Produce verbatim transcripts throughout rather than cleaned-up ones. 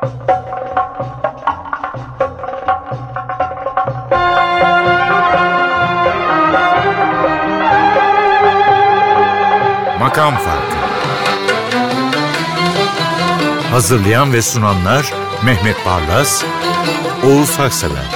Makam Farkı. Hazırlayan ve sunanlar Mehmet Barlas, Oğuz Haksever.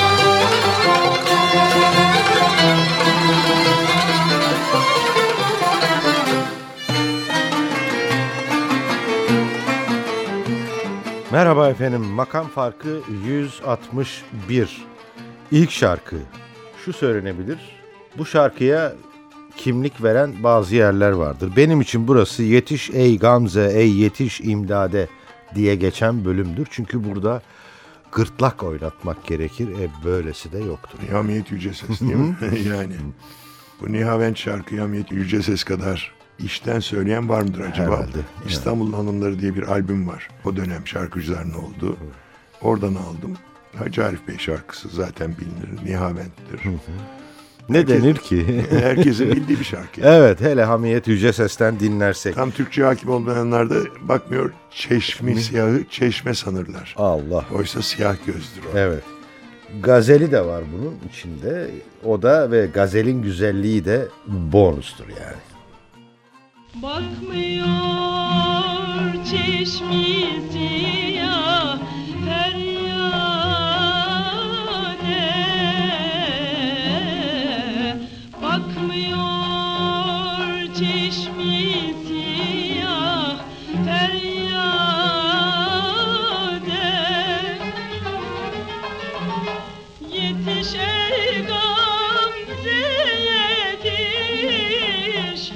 Merhaba efendim, Makam Farkı yüz altmış bir. İlk şarkı. Şu söylenebilir, bu şarkıya kimlik veren bazı yerler vardır. Benim için burası "Yetiş ey Gamze, ey yetiş imdade" diye geçen bölümdür. Çünkü burada gırtlak oynatmak gerekir. E böylesi de yoktur. Nihavent Yüce Ses değil mi? Yani bu Nihavent şarkıyı Nihavent Yüce Ses kadar içten söyleyen var mıdır acaba? Herhalde. İstanbul Hanımları diye bir albüm var. O dönem şarkıcıların olduğu. Oradan aldım. Hacı Arif Bey şarkısı zaten bilinir. Nihavent'tir. Hı hı. Ne Herkes, denir ki? Herkesin bildiği bir şarkı. Evet, hele Hamiyet Yüce Ses'ten dinlersek. Tam Türkçe hakim olmayanlar da bakmıyor, çeşmi siyahı çeşme sanırlar. Allah. Oysa siyah gözdür o. Evet. Gazeli de var bunun içinde. O da ve gazelin güzelliği de bonustur yani. Bakmıyor çeşmi siyah feryade, bakmıyor çeşmi siyah feryade, yetiş ey Gamze, yetiş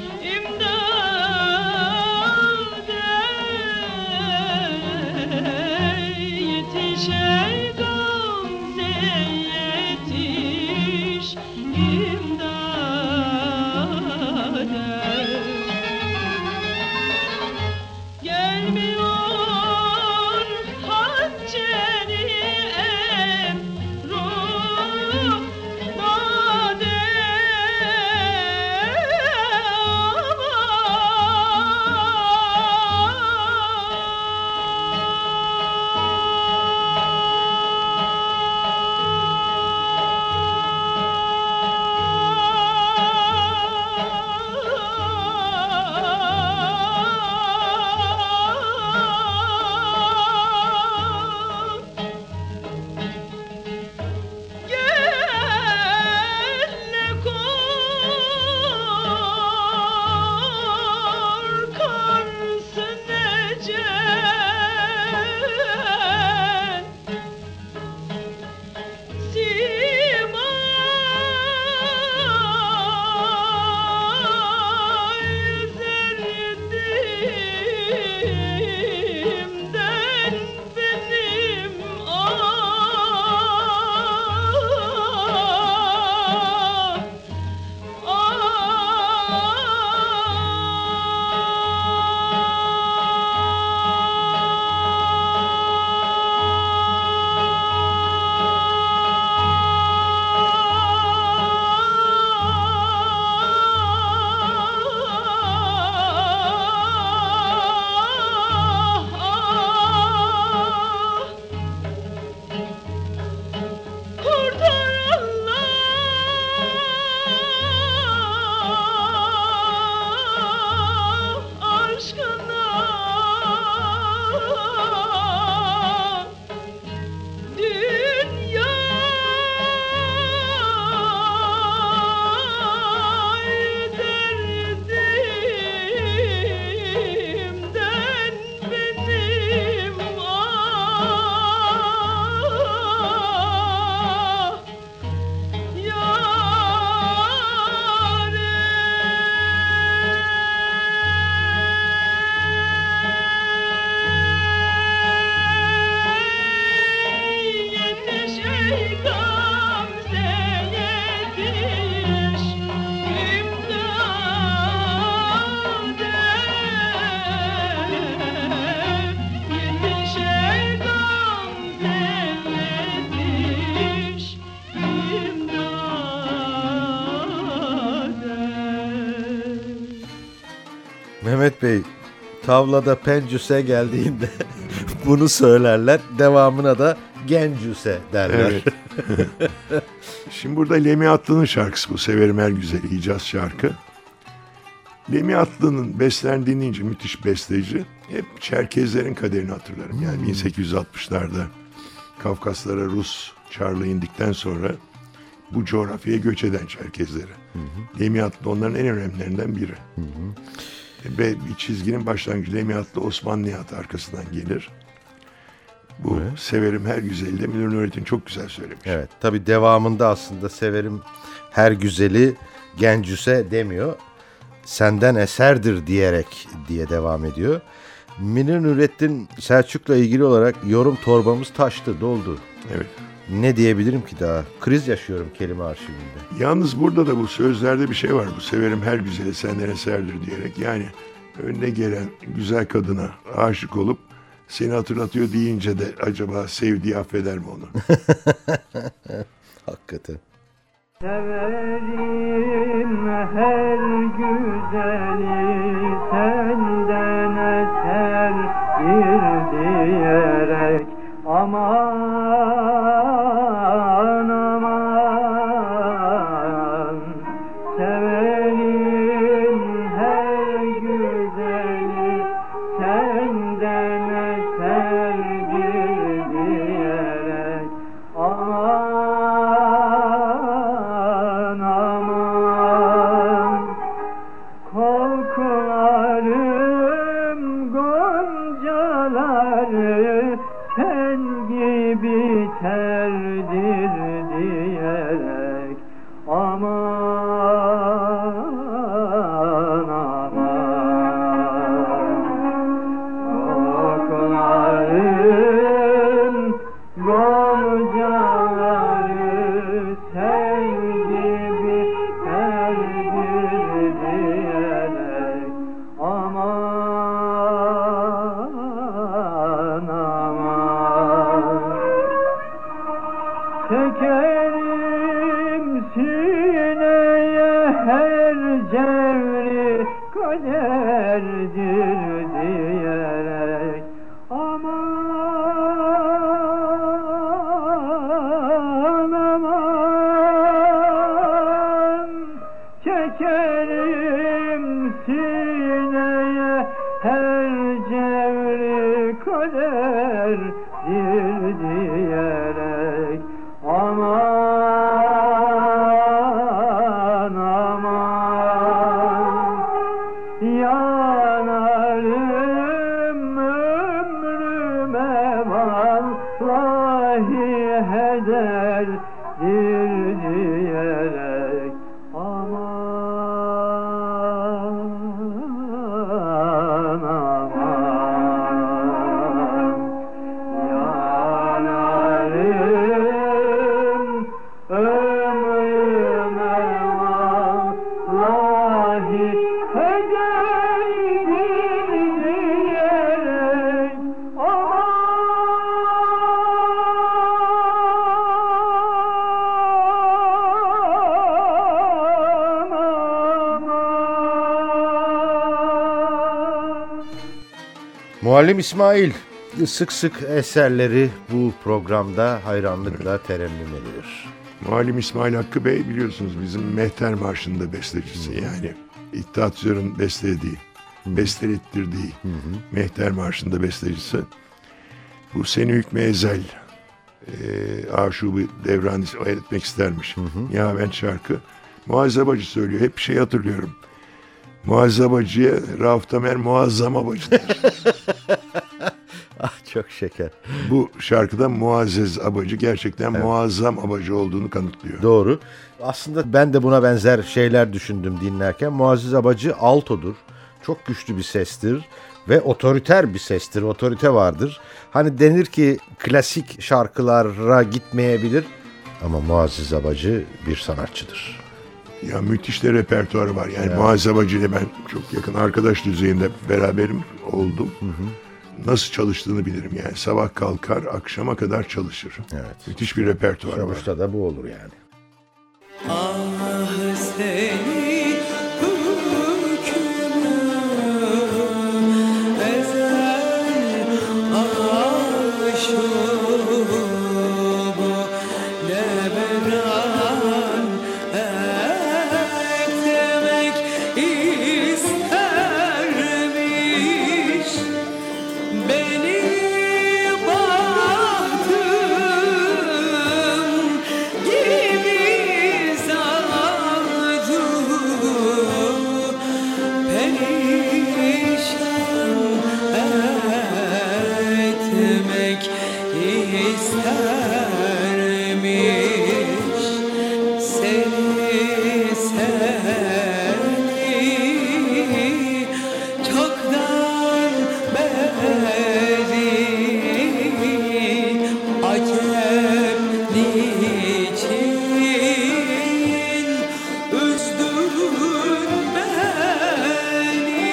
Mehmet Bey, tavlada pencüse geldiğinde bunu söylerler. Devamına da Gencüse derler. Evet. Şimdi burada Lemi Atlı'nın şarkısı bu. Severim her güzeli Hicaz şarkı. Lemi Atlı'nın bestlerini dinleyince müthiş besteci. Hep Çerkezlerin kaderini hatırlarım. Yani bin sekiz yüz altmışlarda Kafkaslara Rus Çarlığı indikten sonra bu coğrafyaya göç eden Çerkezleri. Hı hı. Lemi Atlı onların en önemlilerinden biri. Hı hı. Ve bir çizginin başlangıcı Lemi Atlı Osman Nihat arkasından gelir. Bu evet. Severim her güzeli de Münir Nurettin çok güzel söylemiş. Evet, tabii devamında aslında severim her güzeli Gencüse demiyor. Senden eserdir diyerek diye devam ediyor. Münir Nurettin Selçuk'la ilgili olarak yorum torbamız taştı, doldu. Evet. Ne diyebilirim ki daha? Kriz yaşıyorum kelime arşivinde. Yalnız burada da bu sözlerde bir şey var. Bu severim her güzeli senden eserdir diyerek. Yani önüne gelen güzel kadına aşık olup seni hatırlatıyor deyince de acaba sevdiği affeder mi onu? Hakikaten. Severim her güzeli senden eserdir diyerek aman aman severim her güzeli senden eserdir diyerek aman aman koklarım goncaları sen gibi terdir diyerek aman aman koklarım goncaları sen gibi terdir diyerek aman aman çekerim sineye her cevri kaderdir diyerek aman aman çekerim sineye her cevri kaderdir diyerek aman aman yanarım ömrüme vallahi heder diyerek aman aman yanarım ömrüme vallahi heder diyerek Muallim İsmail, sık sık eserleri bu programda hayranlıkla terennüm edilir. Muallim İsmail Hakkı Bey biliyorsunuz bizim Mehter Marşı'nda bestecisi. Yani İttihat Zör'ün bestelediği, bestelettirdiği Mehter Marşı'nda bestecisi. Bu Seni Hükmü Ezel, e, Aşubu Devran etmek istermiş. Nihavent şarkı. Muazzez Abacı söylüyor. Hep bir şey hatırlıyorum. Muazzez Abacı'ya Rauf Tamer muazzam abacı der. Ah çok şeker. Bu şarkıda Muazzez Abacı gerçekten evet. muazzam abacı olduğunu kanıtlıyor. Doğru. Aslında ben de buna benzer şeyler düşündüm dinlerken. Muazzez Abacı altodur. Çok güçlü bir sestir ve otoriter bir sestir. Otorite vardır. Hani denir ki klasik şarkılara gitmeyebilir ama Muazzez Abacı bir sanatçıdır. Ya müthiş de repertuarı var. Yani evet. Muazzez Abacı ile ben çok yakın arkadaş düzeyinde beraberim oldum. Hı hı. Nasıl çalıştığını bilirim yani. Sabah kalkar, akşama kadar çalışır. Evet. Müthiş bir repertuar var. Sonuçta da bu olur yani. Ah seni hükmü ezel, ah etmek istermiş seni seni çoktan beri acep niçin üzdün beni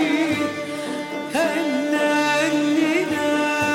tennenline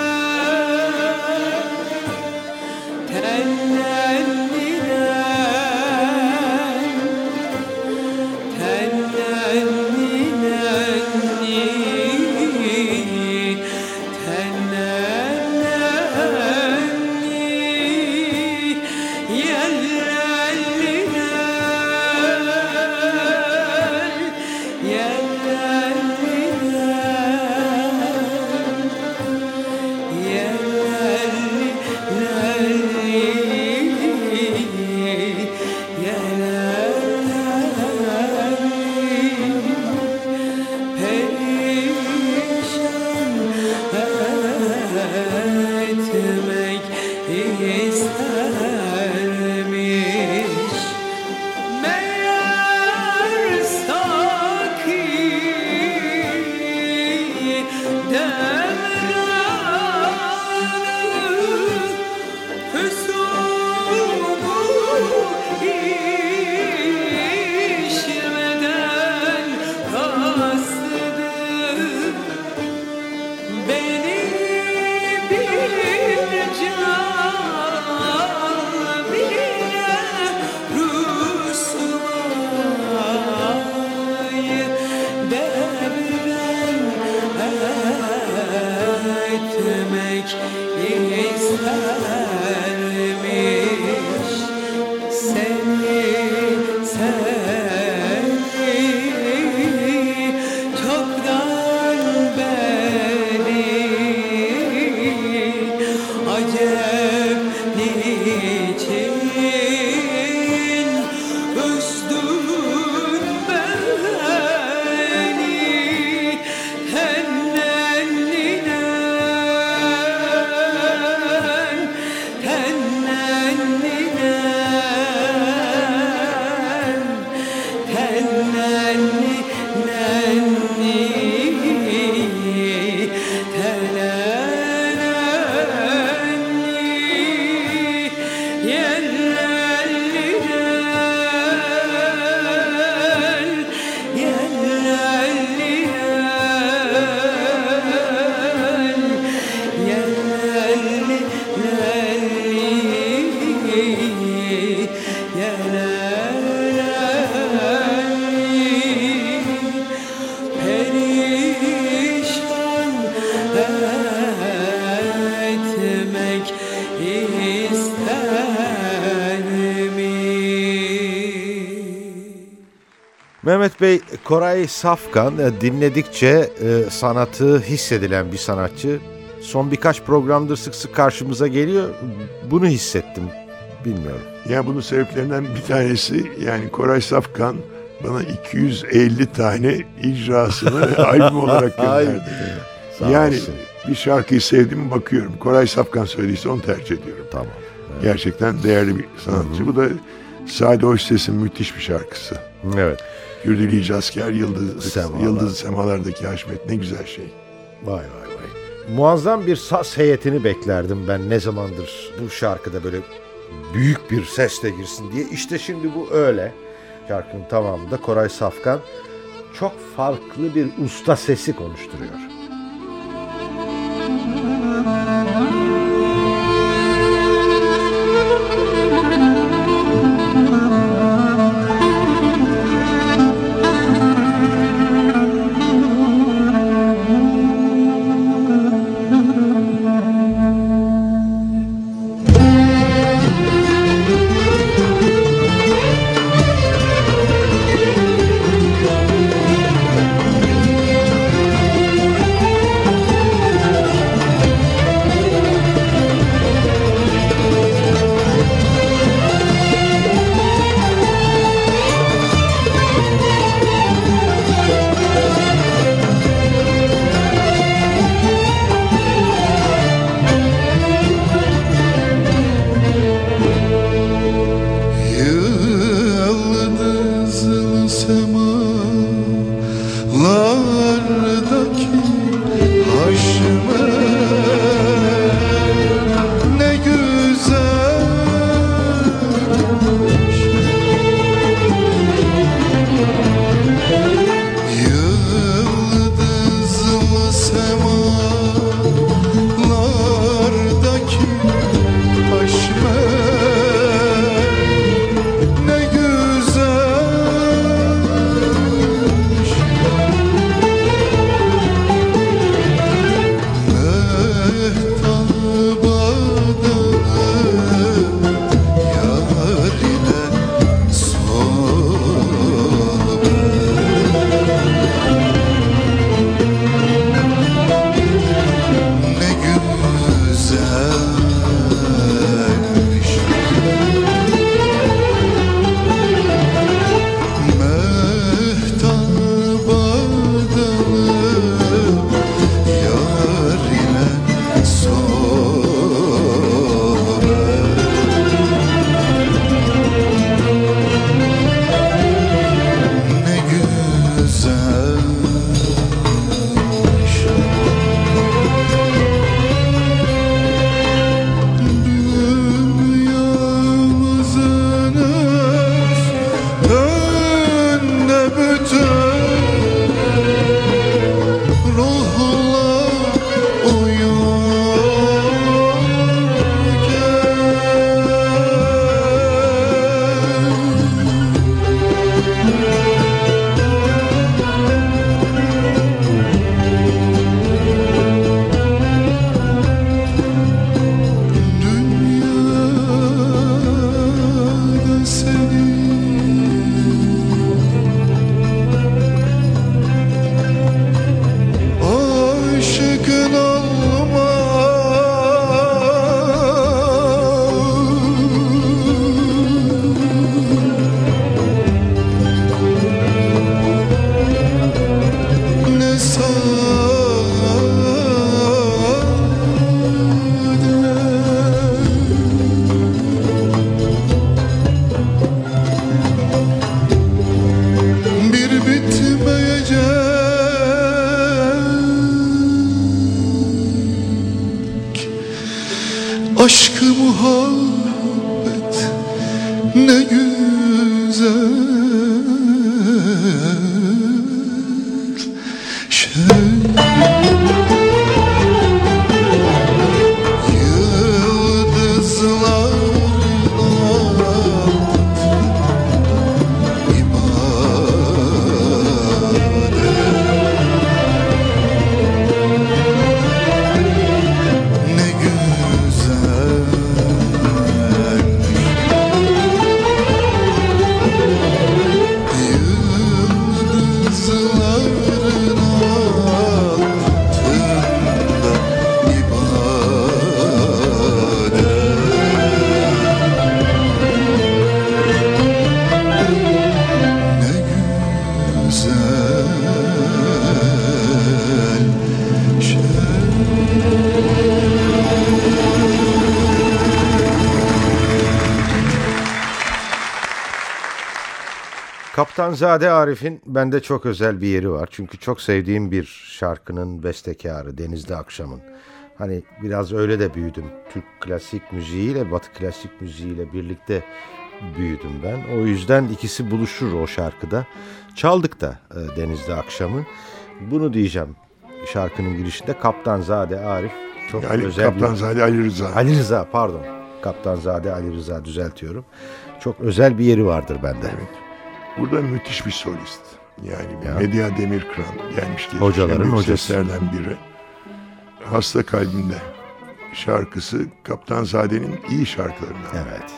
Mehmet Bey, Koray Safkan dinledikçe e, sanatı hissedilen bir sanatçı. Son birkaç programdır sık sık karşımıza geliyor. Bunu hissettim. Bilmiyorum. Ya bunun sebeplerinden bir tanesi, yani Koray Safkan bana iki yüz elli tane icrasını albüm olarak gönderdi. Yani olasın. Bir şarkıyı sevdim, bakıyorum. Koray Safkan söylediyse onu tercih ediyorum. Tamam. Evet. Gerçekten değerli bir sanatçı. Hı-hı. Bu da Sade Hoşses'in müthiş bir şarkısı. Evet. Gürdülici Asker, Yıldız, Semalar. Yıldız Semalardaki Haşmet, ne güzel şey. Vay vay vay. Muazzam bir saz heyetini beklerdim ben ne zamandır bu şarkıda böyle büyük bir sesle girsin diye. İşte şimdi bu öyle. Şarkının tamamında Koray Safkan çok farklı bir usta sesi konuşturuyor. Müzik Aşkı muhabbet ne güzel şey. Kaptanzade Arif'in bende çok özel bir yeri var. Çünkü çok sevdiğim bir şarkının bestekarı Denizli Akşam'ın. Hani biraz öyle de büyüdüm. Türk klasik müziğiyle Batı klasik müziğiyle birlikte büyüdüm ben. O yüzden ikisi buluşur o şarkıda. Çaldık da e, Denizli Akşam'ı. Bunu diyeceğim şarkının girişinde. Kaptanzade Arif çok Ali, özel Kaptanzade bir... Ali Rıza. Ali Rıza pardon. Kaptanzade Ali Rıza düzeltiyorum. Çok özel bir yeri vardır bende. Evet. Burada müthiş bir solist. Yani Ya. Medya Demirkıran gelmiş geçmiş. Hocaların en büyük hocası. seslerden biri. Hasta Kalbimde şarkısı Kaptanzade'nin iyi şarkılarından. Evet.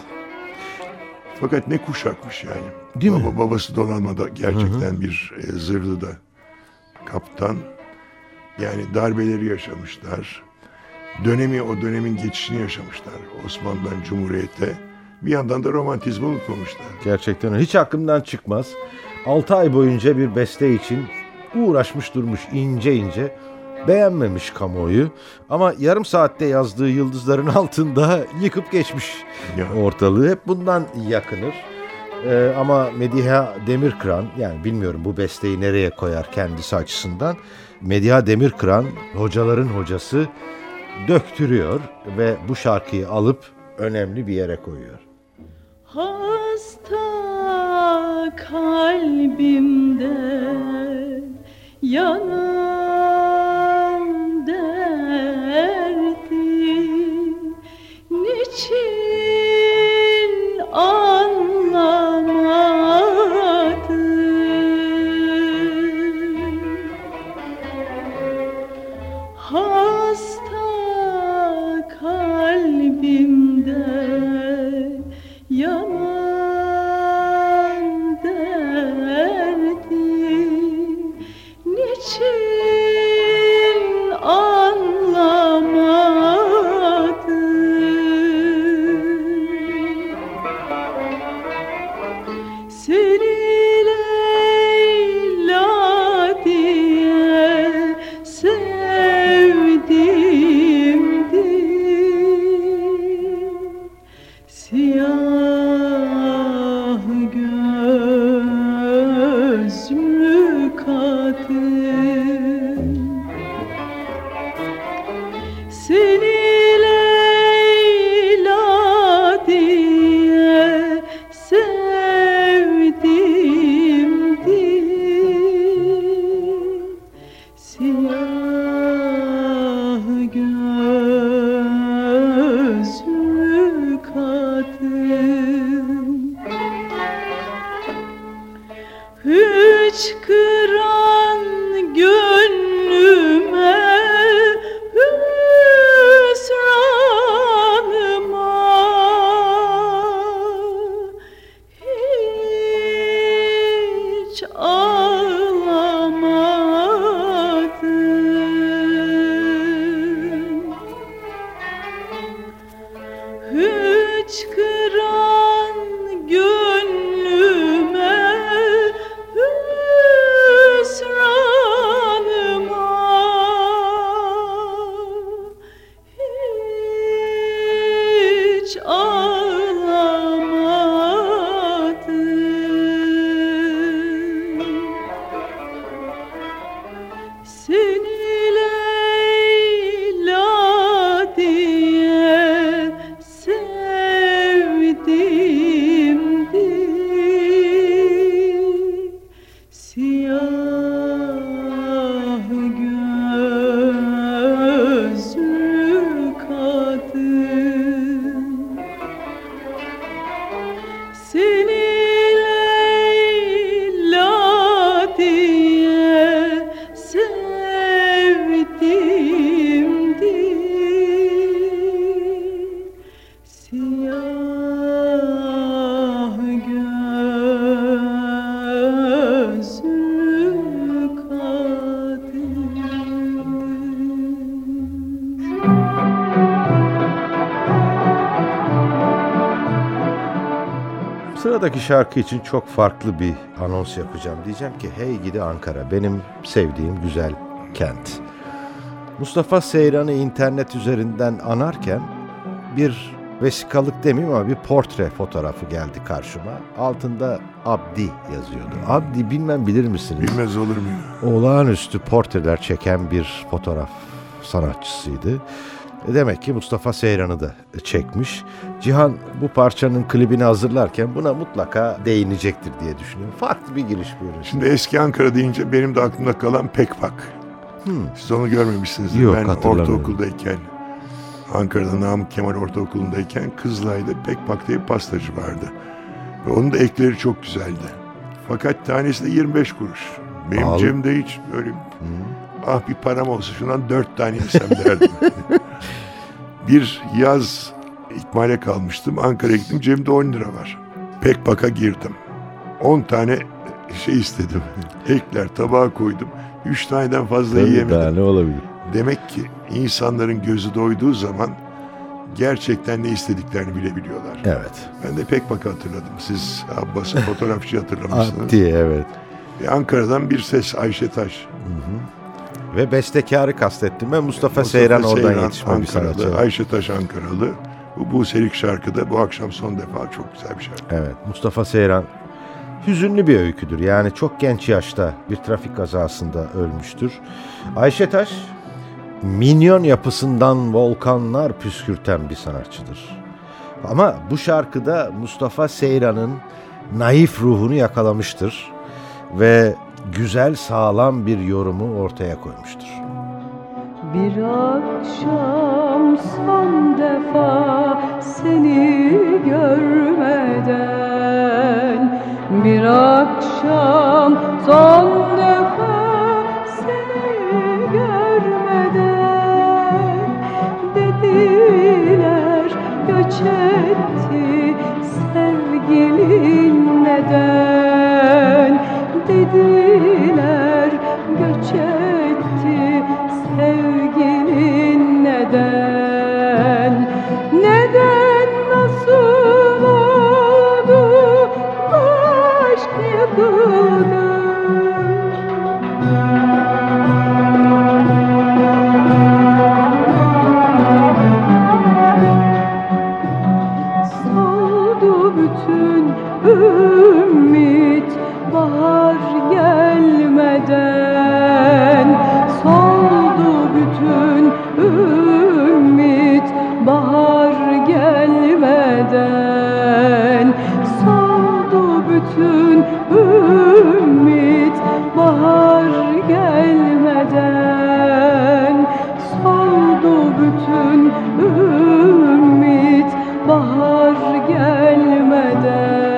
Fakat ne kuşakmış yani. Değil Baba, mi? Babası donanmada gerçekten bir e, zırhlı da kaptan. Yani darbeleri yaşamışlar. Dönemi, o dönemin geçişini yaşamışlar. Osmanlı'dan Cumhuriyet'e. Bir yandan da romantizmi unutmamışlar. Gerçekten öyle. Hiç aklımdan çıkmaz. altı ay boyunca bir beste için uğraşmış durmuş ince ince. Beğenmemiş kamuoyu. Ama yarım saatte yazdığı yıldızların altında yıkıp geçmiş Ya. ortalığı. Hep bundan yakınır. Ee, ama Mediha Demirkıran, yani bilmiyorum bu besteyi nereye koyar kendisi açısından. Mediha Demirkıran hocaların hocası döktürüyor ve bu şarkıyı alıp önemli bir yere koyuyor. Hasta kalbimde yanan derdi niçin anlamadım? Hasta kalbimde yanan derdi niçin anlamadım? Seni Leyla diye sevdimdi. Siyah gözlü kadın seni Leyla diye sevdimdi. Siyah gözlü kadın hıçkıran gönlüme hüsranıma hiç ağlamadım. Hıçkıran gönlüme hüsranıma hiç ağlamadım. Seni Leyla diye Sıradaki şarkı için çok farklı bir anons yapacağım. Diyeceğim ki hey gidi Ankara, benim sevdiğim güzel kent. Mustafa Seyran'ı internet üzerinden anarken bir vesikalık demeyeyim ama bir portre fotoğrafı geldi karşıma. Altında Abdi yazıyordu. Abdi bilmem bilir misiniz? Bilmez olur muyum? Olağanüstü portreler çeken bir fotoğraf sanatçısıydı. Demek ki Mustafa Seyran'ı da çekmiş. Cihan bu parçanın klibini hazırlarken buna mutlaka değinecektir diye düşünüyorum. Farklı bir giriş buyurun. Şimdi eski Ankara deyince benim de aklımda kalan Pekpak. Hmm. Siz onu görmemişsinizdir. Yok, ben hatırlamıyorum. ortaokuldayken, Ankara'da Namık Kemal Ortaokulu'ndayken Kızılay'da Pekpak diye bir pastacı vardı. Ve onun da ekleri çok güzeldi. Fakat tanesi de yirmi beş kuruş. Benim Pahalı. cebimde hiç böyle hmm. ah bir param olsa şundan dört tane yesem derdim. Bir yaz ikmale kalmıştım. Ankara'ya gittim. Cebimde on lira var. Pekbak'a girdim. on tane şey istedim. Ekler tabağa koydum. üç taneden fazla Tabii yiyemedim. daha ne olabilir? Demek ki insanların gözü doyduğu zaman gerçekten ne istediklerini bilebiliyorlar. Evet. Ben de Pekbak'ı hatırladım. Siz Abbas'ı fotoğrafçı hatırlamışsınız. Abdi evet. E, Ankara'dan bir ses Ayşe Taş. Hı hı. Ve bestekarı kastettim ve Mustafa, Mustafa Seyran oradan Seyran, yetişme bir sanatçı. Ankaralı, Ayşe Taş Ankaralı. Bu Buselik şarkı da bu akşam son defa çok güzel bir şarkı. Evet, Mustafa Seyran hüzünlü bir öyküdür. Yani çok genç yaşta bir trafik kazasında ölmüştür. Ayşe Taş, minyon yapısından volkanlar püskürten bir sanatçıdır. Ama bu şarkıda Mustafa Seyran'ın naif ruhunu yakalamıştır ve güzel, sağlam bir yorumu ortaya koymuştur. Bir akşam son defa seni görmeden, bir akşam son defa seni görmeden, dediler göç etti sevgilin neden, dediler göç etti sevgilin neden, neden nasıl oldu aşk yıkıldı. Soldu bütün ümit bahar gelmeden, soldu bütün ümit bahar gelmeden, soldu bütün ümit bahar gelmeden, soldu bütün ümit bahar gelmeden.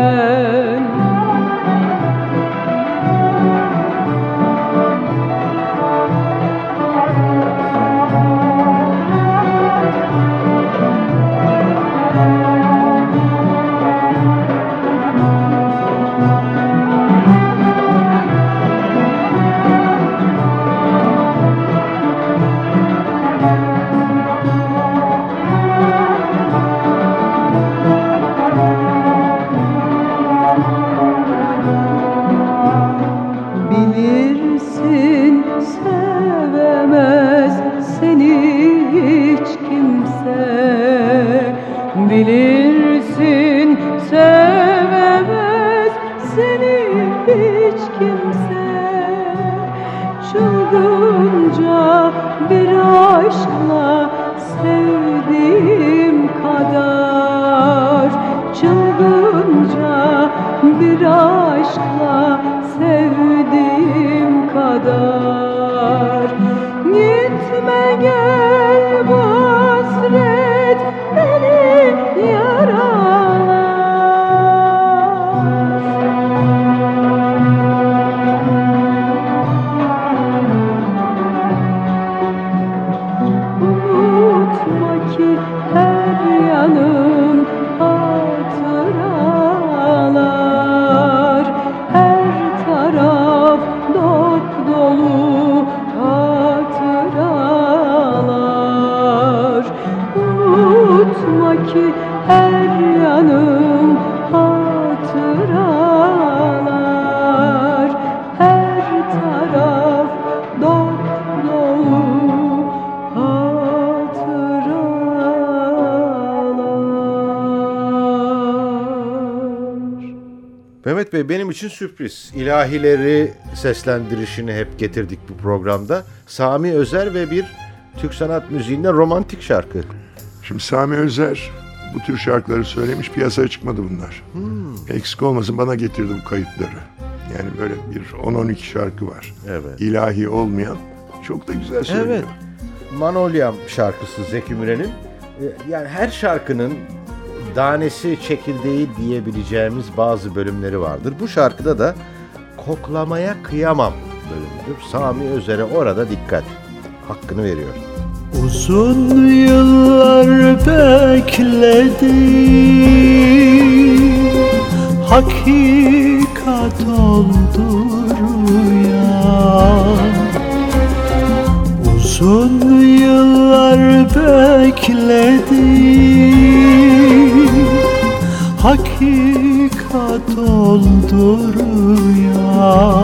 Bilirsin sevemez seni hiç kimse, bilirsin sevemez seni hiç kimse. Çılgınca bir aşkla sevdiğim kadar, çılgınca bir aşkla sevdiğim kadar. Gitme gel bu hasret beni yaralar. Unutma ki her yanım hatıralar, her taraf dop dolu hatıralar. Unutma ki her yanım hatıralar. Mehmet Bey, benim için sürpriz. İlahileri seslendirişini hep getirdik bu programda. Sami Özer ve bir Türk sanat müziğinden romantik şarkı. Şimdi Sami Özer bu tür şarkıları söylemiş, piyasaya çıkmadı bunlar. Hmm. Eksik olmasın, bana getirdi bu kayıtları. Yani böyle bir on on iki şarkı var. Evet. İlahi olmayan, çok da güzel söylüyor. Evet. Manolyam şarkısı Zeki Müren'in. Yani her şarkının danesi, çekirdeği diyebileceğimiz bazı bölümleri vardır. Bu şarkıda da koklamaya kıyamam bölümüdür. Sami Özer'e orada dikkat. Hakkını veriyor. Uzun yıllar bekledim, hakikat oldu rüya. Uzun yıllar bekledim, hakikat oldu rüya.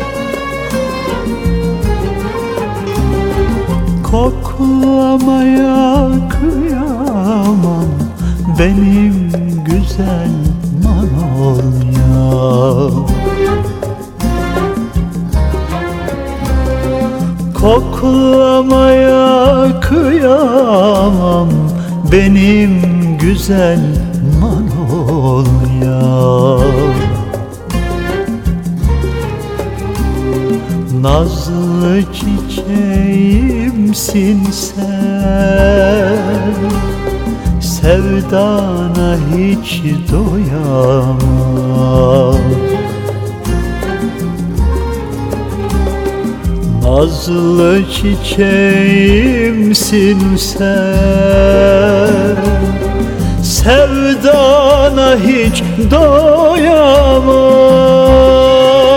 Koklamaya kıyamam benim güzel Manolyam. Koklamaya kıyamam benim güzel Manolyam. Nazlı çiçeğimsin sen, sevdana hiç doyamam. Nazlı çiçeğimsin sen, sevdana hiç doyamam.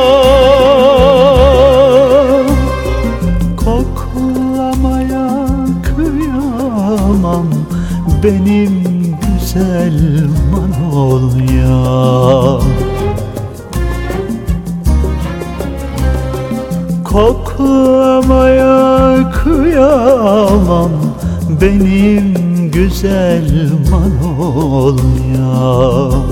Koklamaya kıyamam benim güzel Manolyam. Koklamaya kıyamam benim güzel Manolyam.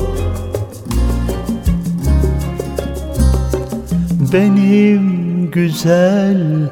Benim güzel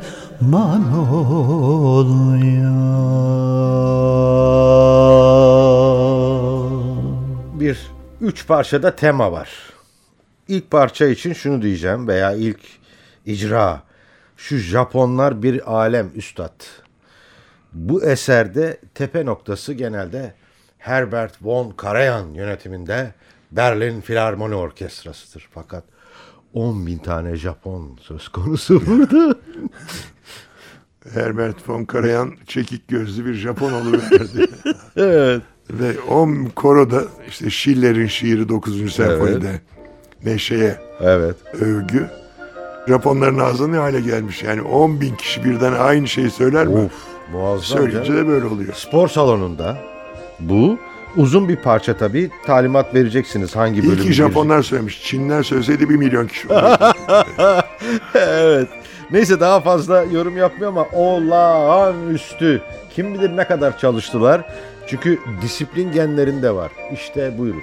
Manolyam. Bir üç parçada tema var. İlk parça için şunu diyeceğim veya ilk icra. Şu Japonlar bir alem üstad. Bu eserde tepe noktası genelde Herbert von Karajan yönetiminde Berlin Filarmoni Orkestrası'dır. Fakat on bin tane Japon söz konusu burada. Herbert von Karajan çekik gözlü bir Japon oluverdi. Evet. Ve o koroda işte Schiller'in şiiri dokuzuncu senfonide Evet. neşeye, Evet. övgü. Japonların ağzı ne hale gelmiş? Yani on bin kişi birden aynı şeyi söyler mi? Of, muazzam. Söyleyince canım. de böyle oluyor. Spor salonunda bu uzun bir parça tabii. Talimat vereceksiniz hangi bölümü. İyi ki Japonlar söylemiş. Çinler söyleseydi bir milyon kişi olurdu. Evet. Neyse, daha fazla yorum yapmıyor ama olağanüstü. Kim bilir ne kadar çalıştılar. Çünkü disiplin genlerinde var. İşte buyurun.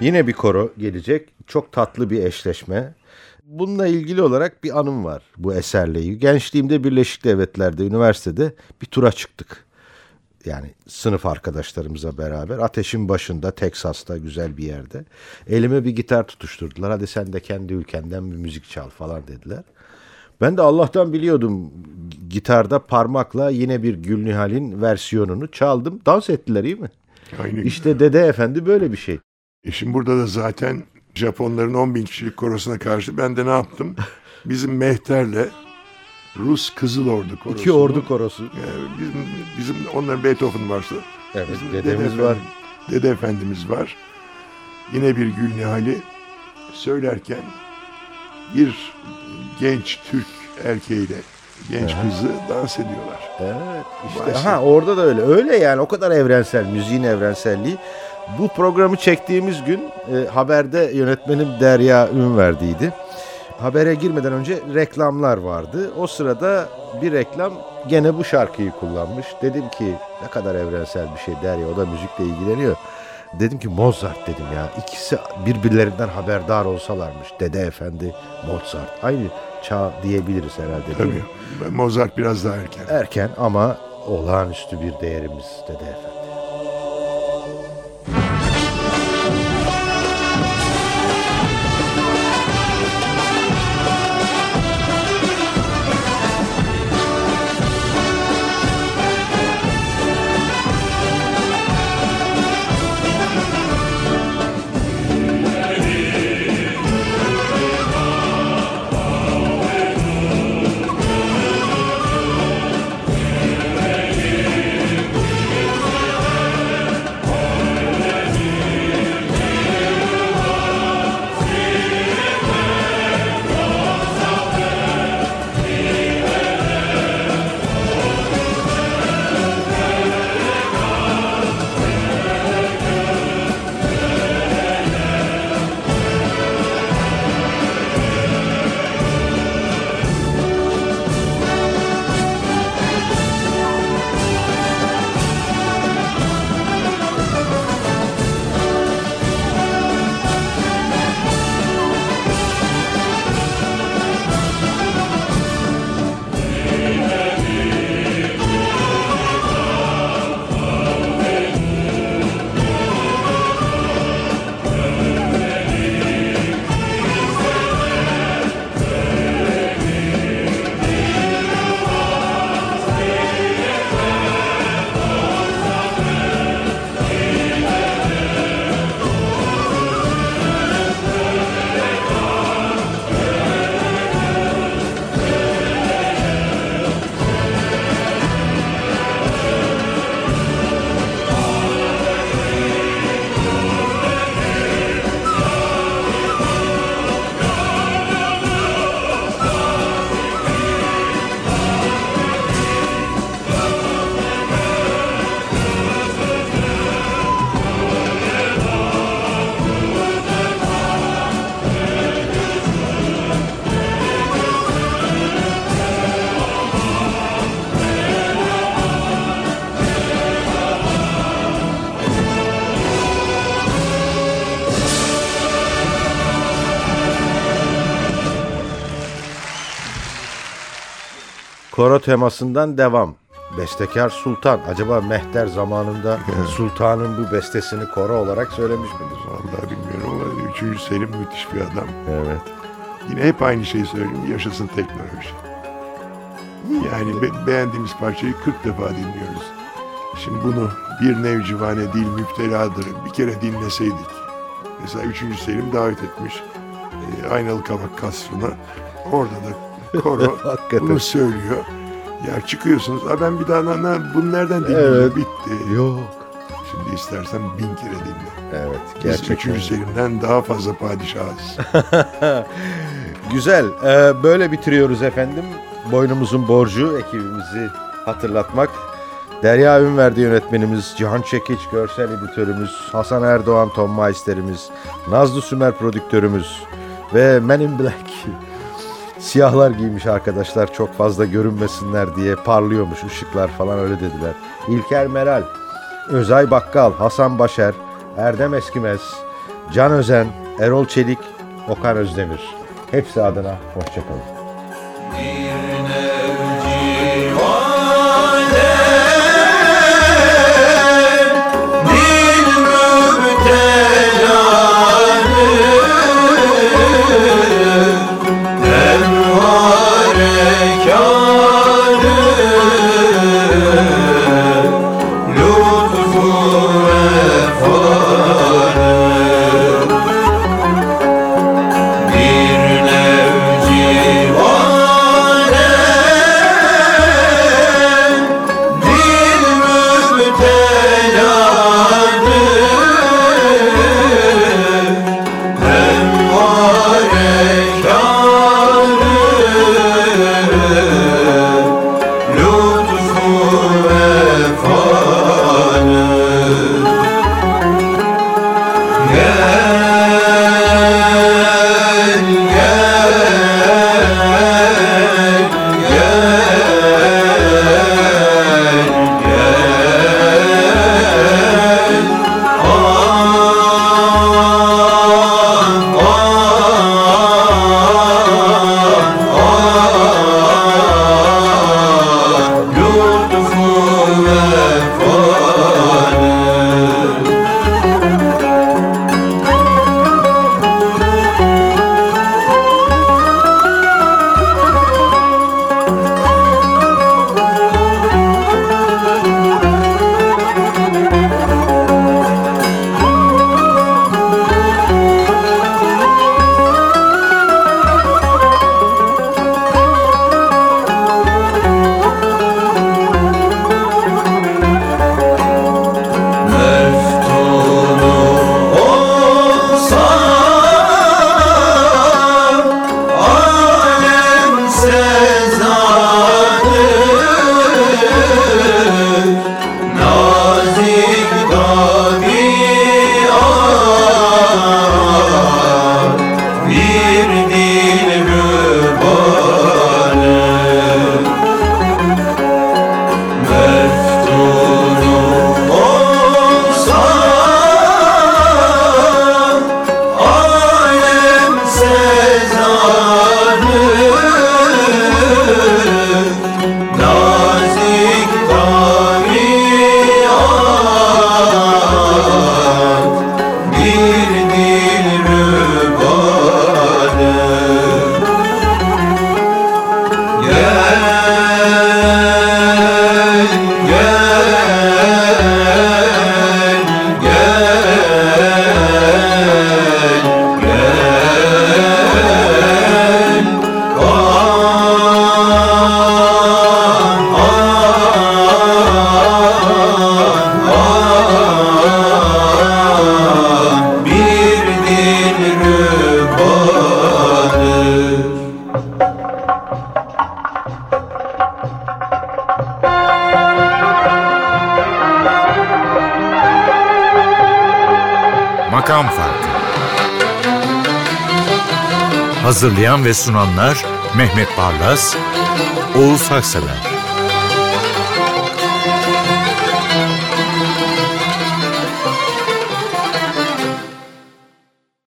Yine bir koro gelecek. Çok tatlı bir eşleşme. Bununla ilgili olarak bir anım var bu eserle ilgili. Gençliğimde Birleşik Devletler'de, üniversitede bir tura çıktık. Yani sınıf arkadaşlarımızla beraber ateşin başında, Teksas'ta güzel bir yerde. Elime bir gitar tutuşturdular. Hadi sen de kendi ülkenden bir müzik çal falan dediler. Ben de Allah'tan biliyordum, gitarda parmakla yine bir Gülnihal'in versiyonunu çaldım. Dans ettiler, iyi mi? Aynı İşte gibi. Dede Efendi böyle bir şey. E şimdi burada da zaten Japonların on bin kişilik korosuna karşı ben de ne yaptım? Bizim Mehter'le Rus Kızıl Ordu Korosu. İki ordu korosu. Yani bizim, bizim onların Beethoven varsa. Evet, bizim dedemiz Dede var. Efendi, Dede Efendimiz var. Yine bir Gülnihal'i söylerken bir genç Türk erkeğiyle genç Aha. kızı dans ediyorlar. Evet işte Başka. aha, orada da öyle. Öyle yani, o kadar evrensel, müziğin evrenselliği. Bu programı çektiğimiz gün e, haberde yönetmenim Derya Ünverdi'ydi. Habere girmeden önce reklamlar vardı. O sırada bir reklam gene bu şarkıyı kullanmış. Dedim ki ne kadar evrensel bir şey Derya, o da müzikle ilgileniyor. Dedim ki Mozart dedim ya. İkisi birbirlerinden haberdar olsalarmış. Dede Efendi, Mozart. Aynı çağ diyebiliriz herhalde, değil mi? Tabii. Mozart biraz daha erken. Erken ama olağanüstü bir değerimiz Dede Efendi. Koro temasından devam. Bestekar Sultan. Acaba Mehter zamanında Sultan'ın bu bestesini koro olarak söylemiş midir? Vallahi bilmiyorum ama üçüncü Selim müthiş bir adam. Evet. Yine hep aynı şeyi söyleyeyim. Yaşasın teknoloji. Yani be- beğendiğimiz parçayı kırk defa dinliyoruz. Şimdi bunu bir nevcivane değil müpteladır bir kere dinleseydik. Mesela üçüncü Selim davet etmiş e, Aynalı Kavak Kasrı'na. Orada da koro bunu söylüyor. Ya çıkıyorsunuz. Ha ben bir daha na, bunu nereden dinliyorum? Evet. Bitti. Yok. Şimdi istersen bin kere dinle. Evet. Biz Gerçekten. üçüncü Selim'den daha fazla padişahız. Güzel. Ee, böyle bitiriyoruz efendim. Boynumuzun borcu ekibimizi hatırlatmak. Derya Ünverdi yönetmenimiz, Cihan Çekiç görsel editörümüz, Hasan Erdoğan ton meisterimiz, Nazlı Sümer prodüktörümüz ve Men in Black. Siyahlar giymiş arkadaşlar, çok fazla görünmesinler diye, parlıyormuş ışıklar falan, öyle dediler. İlker Meral, Özay Bakkal, Hasan Başer, Erdem Eskimez, Can Özen, Erol Çelik, Okan Özdemir. Hepsi adına hoşçakalın. Makam Farkı. Hazırlayan ve sunanlar Mehmet Barlas, Oğuz Haksever.